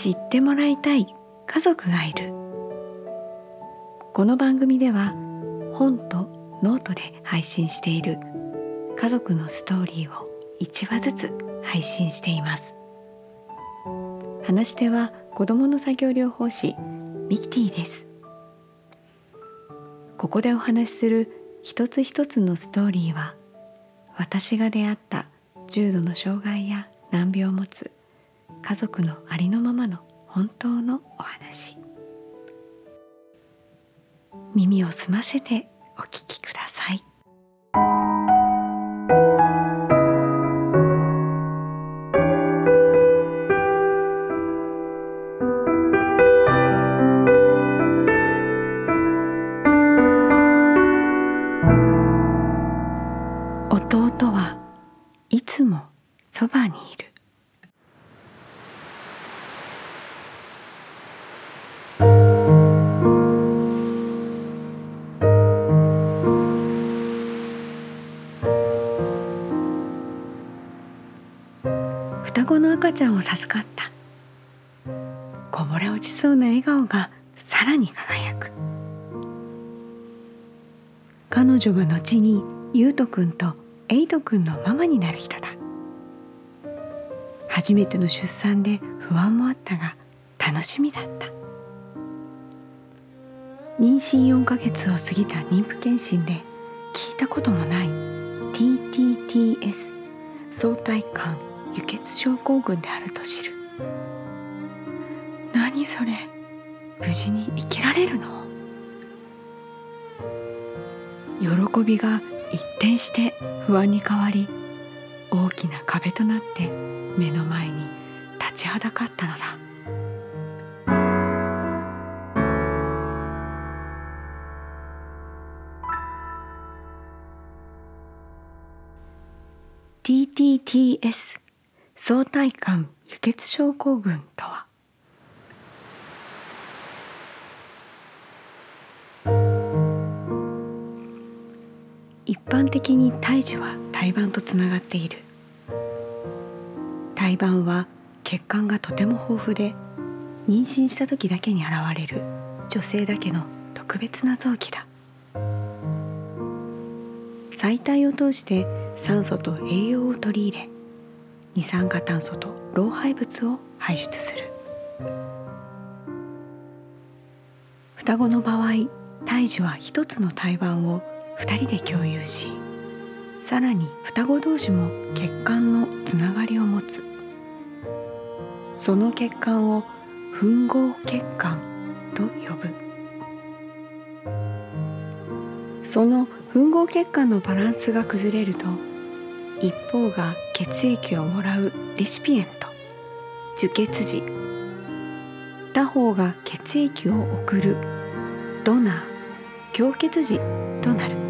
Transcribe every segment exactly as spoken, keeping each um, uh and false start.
知ってもらいたい家族がいる。この番組では本とノートで配信している家族のストーリーをいちわずつ配信しています。話し手は子どもの作業療法士ミキティです。ここでお話しする一つ一つのストーリーは、私が出会った重度の障害や難病を持つ家族のありのままの本当のお話。耳を澄ませてお聞きください。弟はいつもそばにいる。双子の赤ちゃんを授かった。こぼれ落ちそうな笑顔がさらに輝く。彼女は後にゆうとくんとえいとくんのママになる人だ。初めての出産で不安もあったが楽しみだった。妊娠よんかげつを過ぎた妊婦健診で聞いたこともない ティーティーティーエス 相対間輸血症候群であると知る。何それ、無事に生きられるの？喜びが一転して不安に変わり、大きな壁となって目の前に立ちはだかったのだ。ティーティーティーエス 相対間輸血症候群とは、一般的に胎児は胎盤とつながっている。胎盤は血管がとても豊富で、妊娠した時だけに現れる女性だけの特別な臓器だ。胚胎を通して酸素と栄養を取り入れ、二酸化炭素と老廃物を排出する。双子の場合、胎児は一つの胎盤を二人で共有し、さらに双子同士も血管のつながりを持つ。その血管を吻合血管と呼ぶ。その吻合血管のバランスが崩れると、一方が血液をもらうレシピエント、受血児、他方が血液を送るドナー、供血児となる。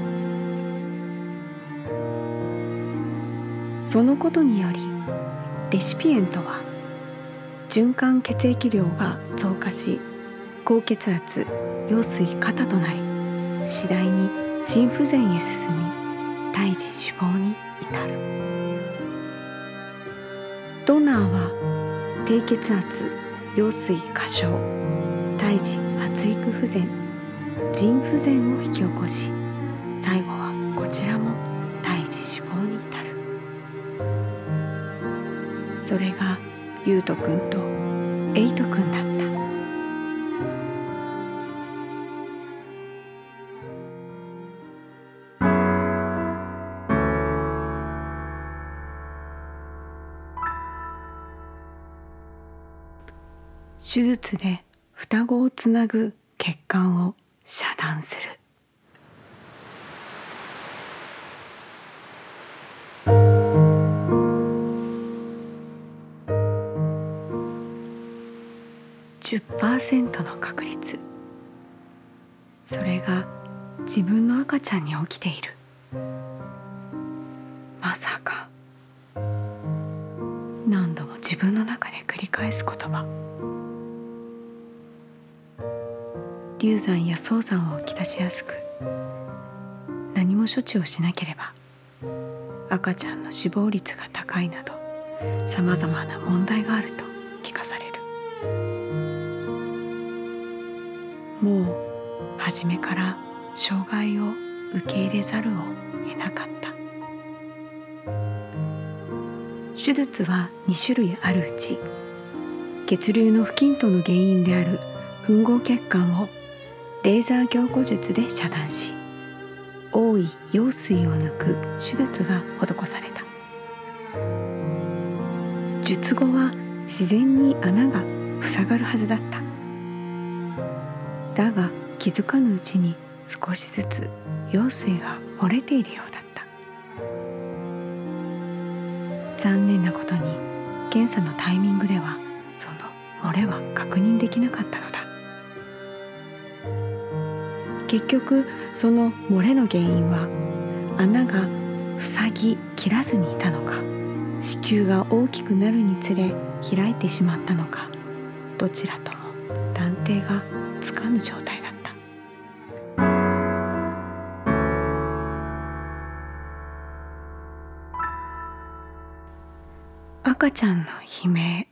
そのことにより、レシピエントは循環血液量が増加し、高血圧、羊水過多となり、次第に心不全へ進み、胎児死亡に至る。ドナーは低血圧、羊水過小、胎児発育不全、腎不全を引き起こし、最後はこちらも胎児死亡に至る。それがゆうとくんとえいとくんだった。手術で双子をつなぐ血管を遮断する。じゅっパーセント の確率。それが自分の赤ちゃんに起きている。まさか。何度も自分の中で繰り返す言葉。流産や早産をきたしやすく、何も処置をしなければ赤ちゃんの死亡率が高いなど、さまざまな問題があると聞かされる。 初めから障害を受け入れざるを得なかった。手術はに種類あるうち、血流の不均等の原因である吻合血管をレーザー凝固術で遮断し、多い羊水を抜く手術が施された。術後は自然に穴が塞がるはずだった。だが気づかぬうちに少しずつ羊水が漏れているようだった。残念なことに検査のタイミングではその漏れは確認できなかったのだ。結局その漏れの原因は穴が塞ぎ切らずにいたのか、子宮が大きくなるにつれ開いてしまったのか、どちらとも断定がつかぬ状態だった。赤ちゃんの悲鳴。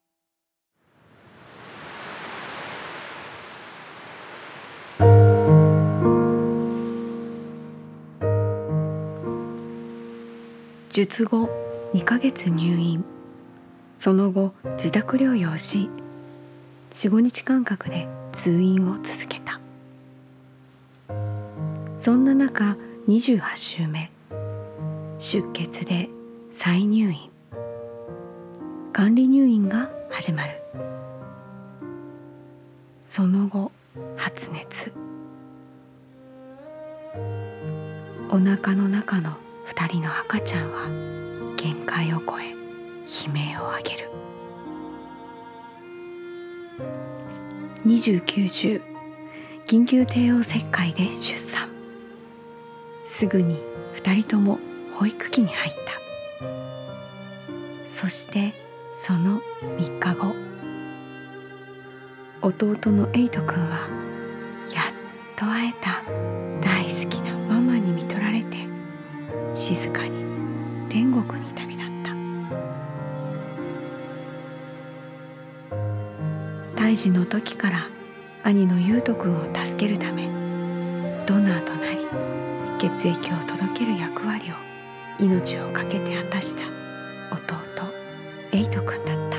術後にかげつ入院、その後自宅療養し、よん、ごにち間隔で通院を続けた。そんな中にじゅうはち週目、出血で再入院、管理入院が始まる。その後発熱、お腹の中のふたりの赤ちゃんは限界を超え悲鳴を上げる。にじゅうきゅう週、緊急帝王切開で出産。すぐにふたりとも保育器に入った。そしてそのみっかご、弟のエイト君はやっと会えた大好きなママに見とられて、静かに天国に旅立った。胎児の時から兄の優斗くんを助けるためドナーとなり、血液を届ける役割を命を懸けて果たした弟エイトくんだった。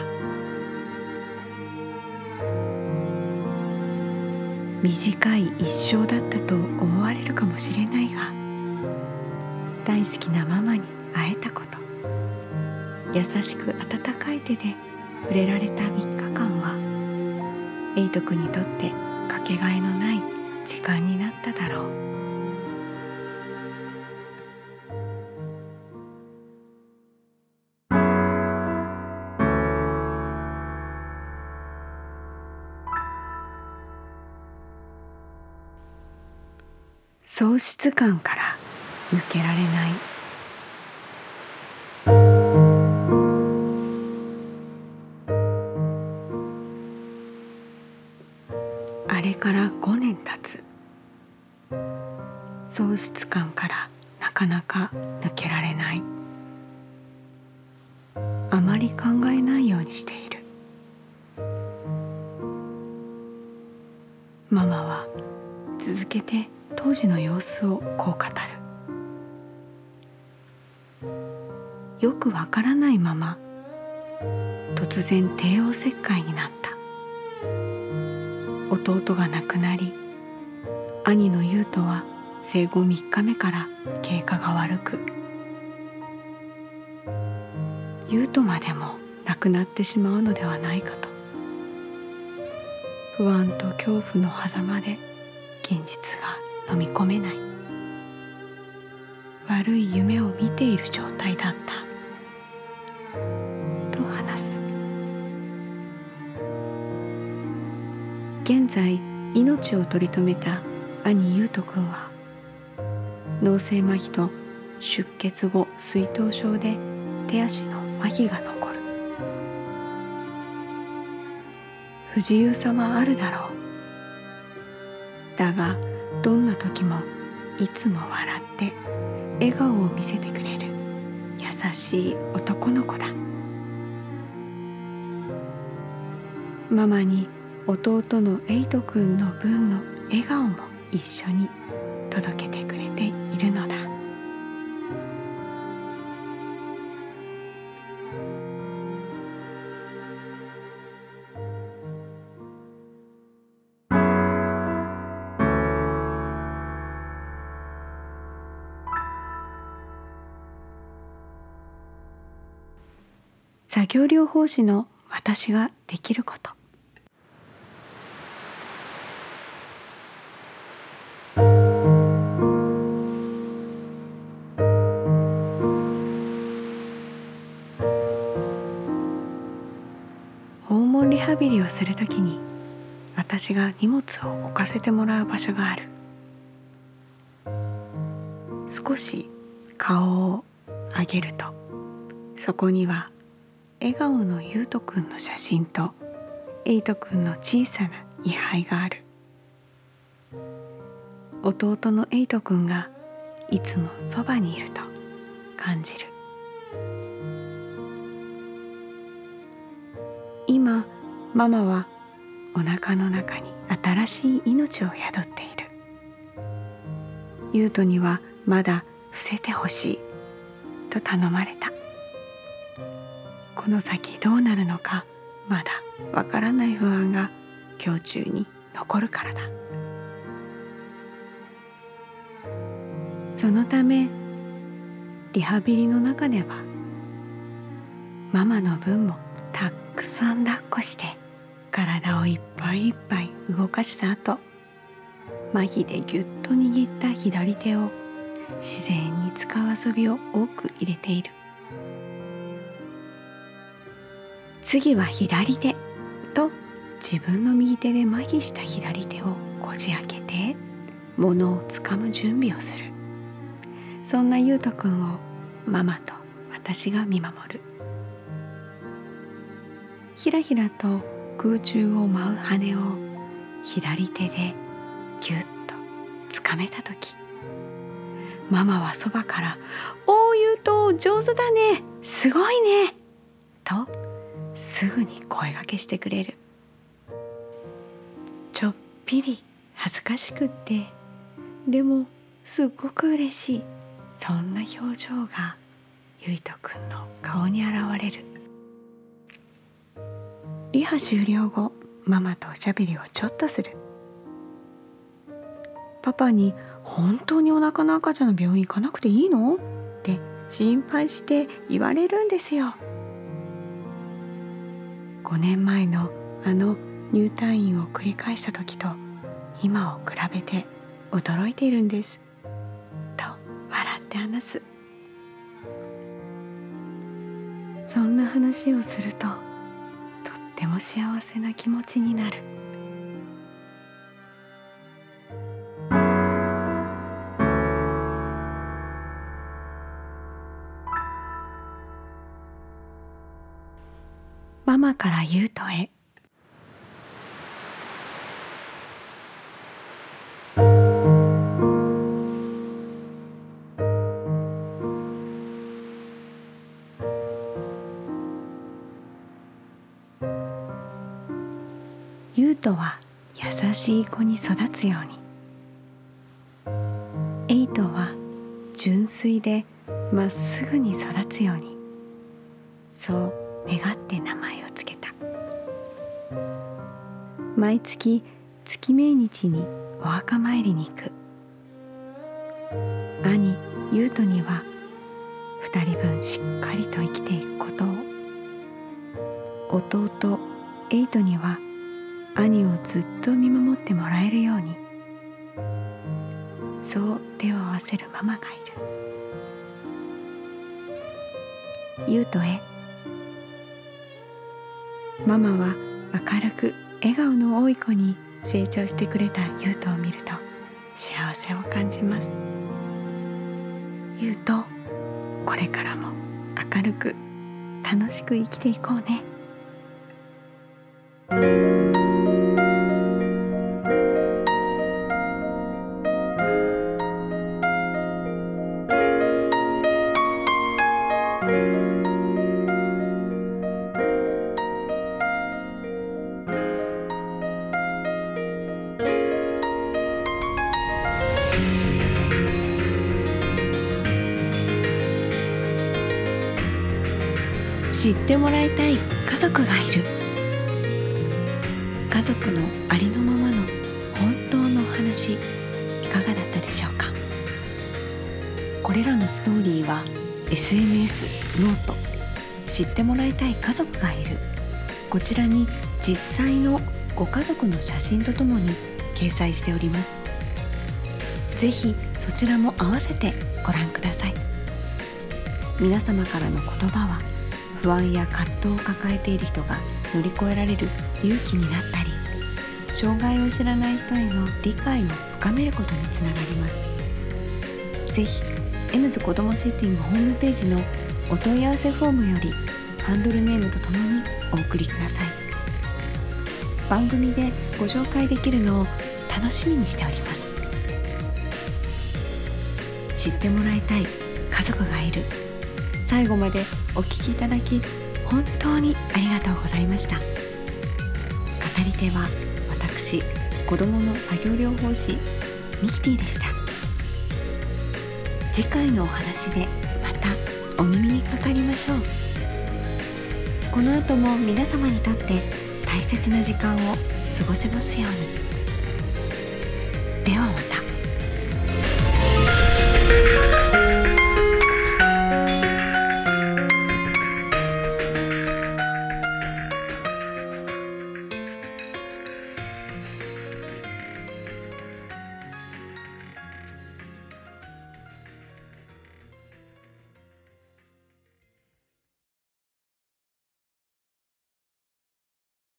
短い一生だったと思われるかもしれないが、大好きなママに会えたこと、優しく温かい手で触れられたみっかかんは、エイト君にとってかけがえのない時間になっただろう。喪失感から抜けられない。あれからごねん経つ。喪失感からなかなか抜けられない。あまり考えないようにしている。ママは続けて当時の様子をこう語る。よくわからないまま突然帝王切開になった。弟が亡くなり、兄の優斗は生後みっかめから経過が悪く、優斗までも亡くなってしまうのではないかと、不安と恐怖の狭間で現実が飲み込めない、悪い夢を見ている状態だったと話す。現在命を取り留めた兄優斗くんは脳性麻痺と出血後水頭症で手足の麻痺が残る。不自由さはあるだろう。だがどんな時もいつも笑って笑顔を見せてくれる優しい男の子だ。ママに弟のエイトくんの分の笑顔も一緒に届けてくれているのだ。作業療法士の私ができること。訪問リハビリをするときに私が荷物を置かせてもらう場所がある。少し顔を上げると、そこには笑顔のゆうとくんの写真とえいとくんの小さな位牌がある。弟のえいとくんがいつもそばにいると感じる。今ママはお腹の中に新しい命を宿っている。ゆうとにはまだ伏せてほしいと頼まれた。この先どうなるのかまだわからない不安が胸中に残るからだ。そのためリハビリの中ではママの分もたくさん抱っこして体をいっぱいいっぱい動かした後、麻痺でぎゅっと握った左手を自然に使う遊びを多く入れている。次は左手と自分の右手で麻痺した左手をこじ開けて物をつかむ準備をする。そんなゆうとくんをママと私が見守る。ひらひらと空中を舞う羽を左手でぎゅっとつかめたとき、ママはそばから「おーゆうと上手だね、すごいね」とすぐに声掛けしてくれる。ちょっぴり恥ずかしくって、でもすっごく嬉しい、そんな表情がゆいとくんの顔に現れる。リハ終了後、ママとおしゃべりをちょっとする。パパに本当にお腹の赤ちゃんの病院行かなくていいの？って心配して言われるんですよ。ごねんまえのあの入退院を繰り返した時と今を比べて驚いているんですと笑って話す。そんな話をするととっても幸せな気持ちになる。ママからゆうとへ。ゆうとは優しい子に育つように、えいとは純粋でまっすぐに育つように、そう願って名前をつけた。毎月月命日にお墓参りに行く。兄ゆうとには二人分しっかりと生きていくことを、弟えいとには兄をずっと見守ってもらえるように、そう手を合わせるママがいる。ゆうとへ。ママは明るく笑顔の多い子に成長してくれたゆうとを見ると幸せを感じます。ゆうと、これからも明るく楽しく生きていこうね。 知ってもらいたい家族がいる。家族のありのままの本当のお話、いかがだったでしょうか。これらのストーリーは エスエヌエス、ノート、知ってもらいたい家族がいる、こちらに実際のご家族の写真とともに掲載しております。ぜひそちらも合わせてご覧ください。皆様からの言葉は不安や葛藤を抱えている人が乗り越えられる勇気になったり、障害を知らない人への理解を深めることにつながります。ぜひエムズ子どもシッティングホームページのお問い合わせフォームよりハンドルネームとともにお送りください。番組でご紹介できるのを楽しみにしております。知ってもらいたい家族がいる。最後までお聞きいただき本当にありがとうございました。語り手は私、子どもの作業療法士ミキティでした。次回のお話でまたお耳にかかりましょう。この後も皆様にとって大切な時間を過ごせますように。ではまた。